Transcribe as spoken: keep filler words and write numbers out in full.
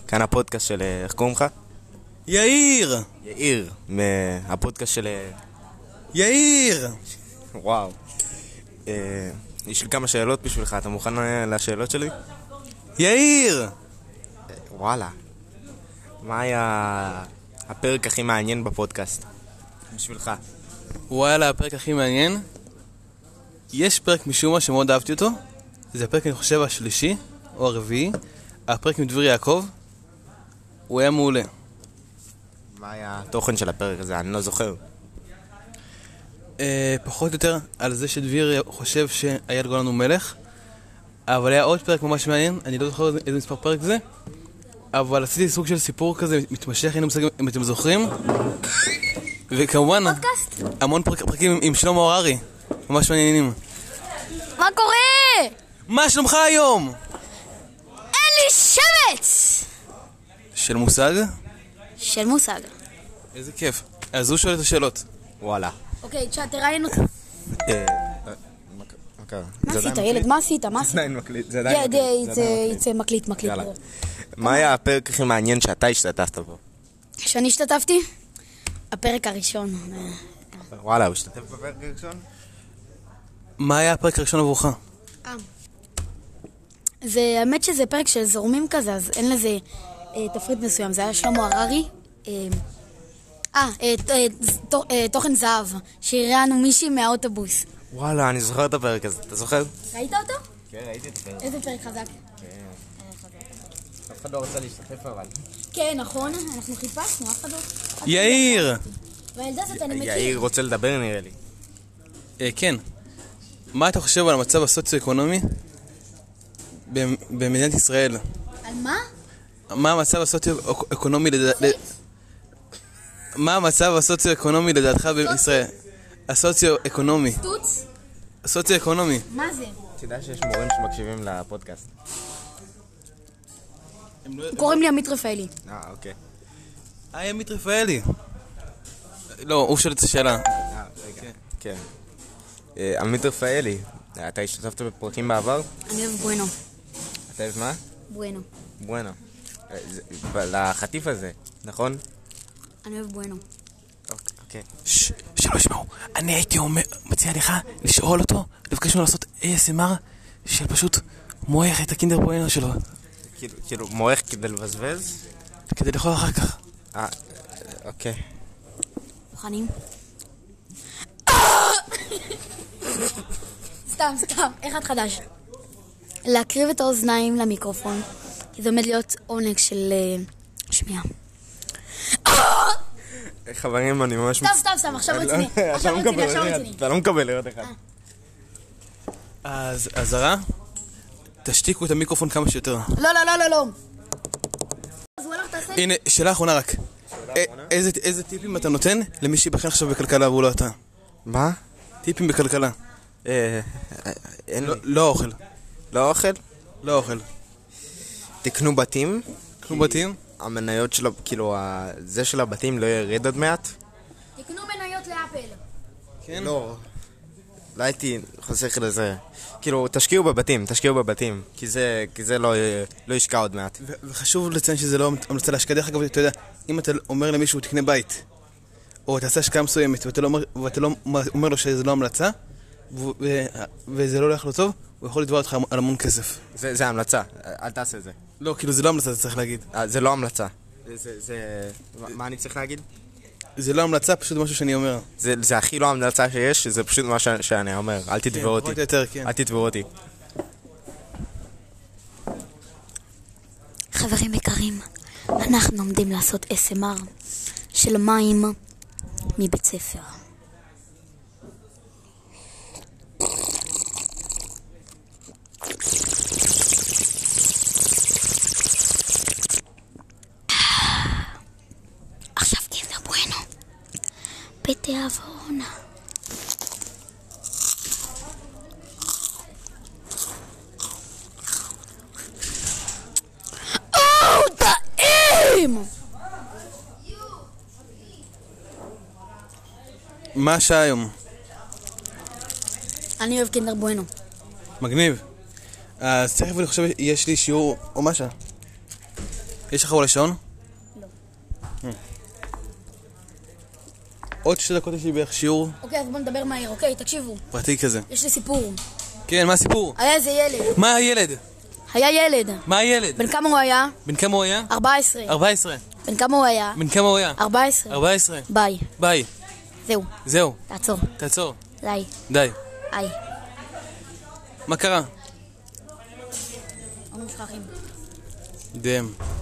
כאן הפודקאסט של, איך קוראים לך? יאיר! יאיר, מהפודקאסט של... יאיר! וואו. אה, יש לי כמה שאלות בשבילך, אתה מוכן לשאלות שלי? יאיר! וואלה. מה היה הפרק הכי מעניין בפודקאסט? בשבילך. וואלה, הפרק הכי מעניין. יש פרק משום מה שמאוד אהבתי אותו. זה הפרק, אני חושב, השלישי או הרביעי. הפרק עם דביר יעקב. הוא היה מעולה. מה היה התוכן של הפרק הזה? אני לא זוכר. אה, פחות או יותר על זה שדביר חושב שאייל גולן הוא מלך. אבל היה עוד פרק ממש מעניין. אני לא זוכר איזה מספר פרק זה. אבל עשיתי סוג של סיפור כזה מתמשך, הנה מושג אם אתם זוכרים. וכמובן, פודקאסט? המון פרק, פרקים עם שלמה הררי. ממש מעניינים. מה קורה? מה שלומך היום? אין לי שמץ! של מושג? של מושג. איזה כיף. אז הוא שואל את השאלות. וואלה. אוקיי, צ'אט, תראיין אותי. אה, מה קרה? מה עשית, ילד? מה עשית? מה עשית? זה עדיין מקליט, זה עדיין מקליט. יצא מקליט, מקליט. יאללה. מה היה הפרק הכי מעניין שאתה השתתפת בו? שאני השתתפתי? הפרק הראשון. וואלה, הוא השתתף בפרק הראשון? מה היה הפרק הראשון עבורך? זה, האמת שזה פרק של זורמים כזה, אז אין לזה אה, תפריט מסוים. זה היה שלמה הררי. אה, אה, אה, אה, תו- אה, תוכן זהב, שהראינו מישהי מהאוטובוס. וואלה, אני זוכר את הפרק הזה, אתה זוכר? ראית אותו? כן, ראיתי את הפרק. איזה פרק חזק. אף אחד לא רוצה להשתתף אבל. כן, נכון, אנחנו חיפשנו, אף אחד לא... יאיר! והילדה הזאת אני מכיר. יאיר רוצה לדבר נראה לי. אה, כן. מה אתה חושב על המצב הסוציו-אקונומי במ- במדינת ישראל? על מה? מה המצב הסוציו-אקונומי לדע... ל- מה המצב הסוציו-אקונומי לדעתך בישראל? הסוציו-אקונומי. טוץ? הסוציו-אקונומי. מה זה? תדע שיש מורים שמקשיבים לפודקאסט. קוראים לי עמית רפאלי. אה, אוקיי. היי, עמית רפאלי. לא, הוא שואל את השאלה. אה, רגע. כן. אה, עמית רפאלי, אתה השתתפת בפרקים בעבר? אני אוהב בואנו. אתה אוהב מה? בואנו. בואנה. אה, זה- ב- לחטיף הזה, נכון? אני אוהב בואנו. אוקיי, אוקיי. ששש, שלא ישמעו. אני הייתי אומר, מציע לך לשאול אותו, לבקש ממנו לעשות איי אס אם אר של פשוט מועך את הקינדר בואנו שלו, כאילו- כאילו, מועך כדי לבזבז? כדי לאכול אחר כך. אה, אוקיי. מוכנים? סתם, סתם, אחד חדש. להקריב את האוזניים למיקרופון, כי זה עומד להיות עונג של אה, שמיעה. חברים, אני ממש... סתם, סתם, סתם, עכשיו רציני. אתה עכשיו לא רציני, מקבל עכשיו לראות- רציני. אתה לא מקבל לראות אחד. אז, אזהרה, תשתיקו את המיקרופון כמה שיותר. לא, לא, לא, לא, לא. אז הוא הלך, תעשה... הנה, שאלה אחרונה רק. א- איזה, איזה טיפים אתה נותן למי שיבחן עכשיו בכלכלה והוא לא אתה? מה? טיפים בכלכלה. אה, אין לא, לי. לא אוכל. לא אוכל? לא אוכל. תקנו בתים. קנו בתים? המניות של, כאילו, ה- זה של הבתים לא ירד עוד מעט? תקנו מניות לאפל. כן. לא. לא הייתי חוסך לזה. כאילו, תשקיעו בבתים, תשקיעו בבתים. כי זה, כי זה לא, לא ישקע עוד מעט. ו- וחשוב לציין שזה לא המלצה להשקעה. דרך אגב, אתה יודע, אם אתה אומר למישהו תקנה בית, או תעשה השקעה מסוימת, ואתה לא אומר, ואתה לא אומר לו שזה לא המלצה, ו- ו- וזה לא הולך לו טוב, הוא יכול לתבוע אותך על המון כסף. זה, זה המלצה, אל תעשה את זה. לא, כאילו זה לא המלצה, אתה צריך להגיד. אה, זה לא המלצה. זה, זה... מה- מה אני צריך להגיד? זה לא המלצה, פשוט משהו שאני אומר. זה, זה הכי לא המלצה שיש, זה פשוט מה ש, שאני אומר. אל תתבעו אותי. פחות או יותר, כן. אל תתבעו אותי. חברים יקרים, אנחנו עומדים לעשות אס אם אר של מים מבית ספר. עכשיו קינדר בואנו. בתיאבון. או, טעים! מה השעה היום? אני אוהב קינדר בואנו. מגניב. אז תכף אני חושב יש לי שיעור, או מה שעה? יש לך אולי שעון? לא. עוד שתי דקות יש לי בערך שיעור אוקיי, אז בוא נדבר מהר, אוקיי, תקשיבו. פרטי כזה. יש לי סיפור. כן, מה הסיפור? היה איזה ילד. מה הילד? היה ילד. מה הילד? בן כמה הוא היה? בן כמה הוא היה? ארבע עשרה. ארבע עשרה. בן כמה הוא היה? בן כמה הוא היה? ארבע עשרה. ארבע עשרה. ביי. ביי. זהו, זהו. תעצור. תעצור. די. די. היי. מה קרה? אנו שכחים. דם.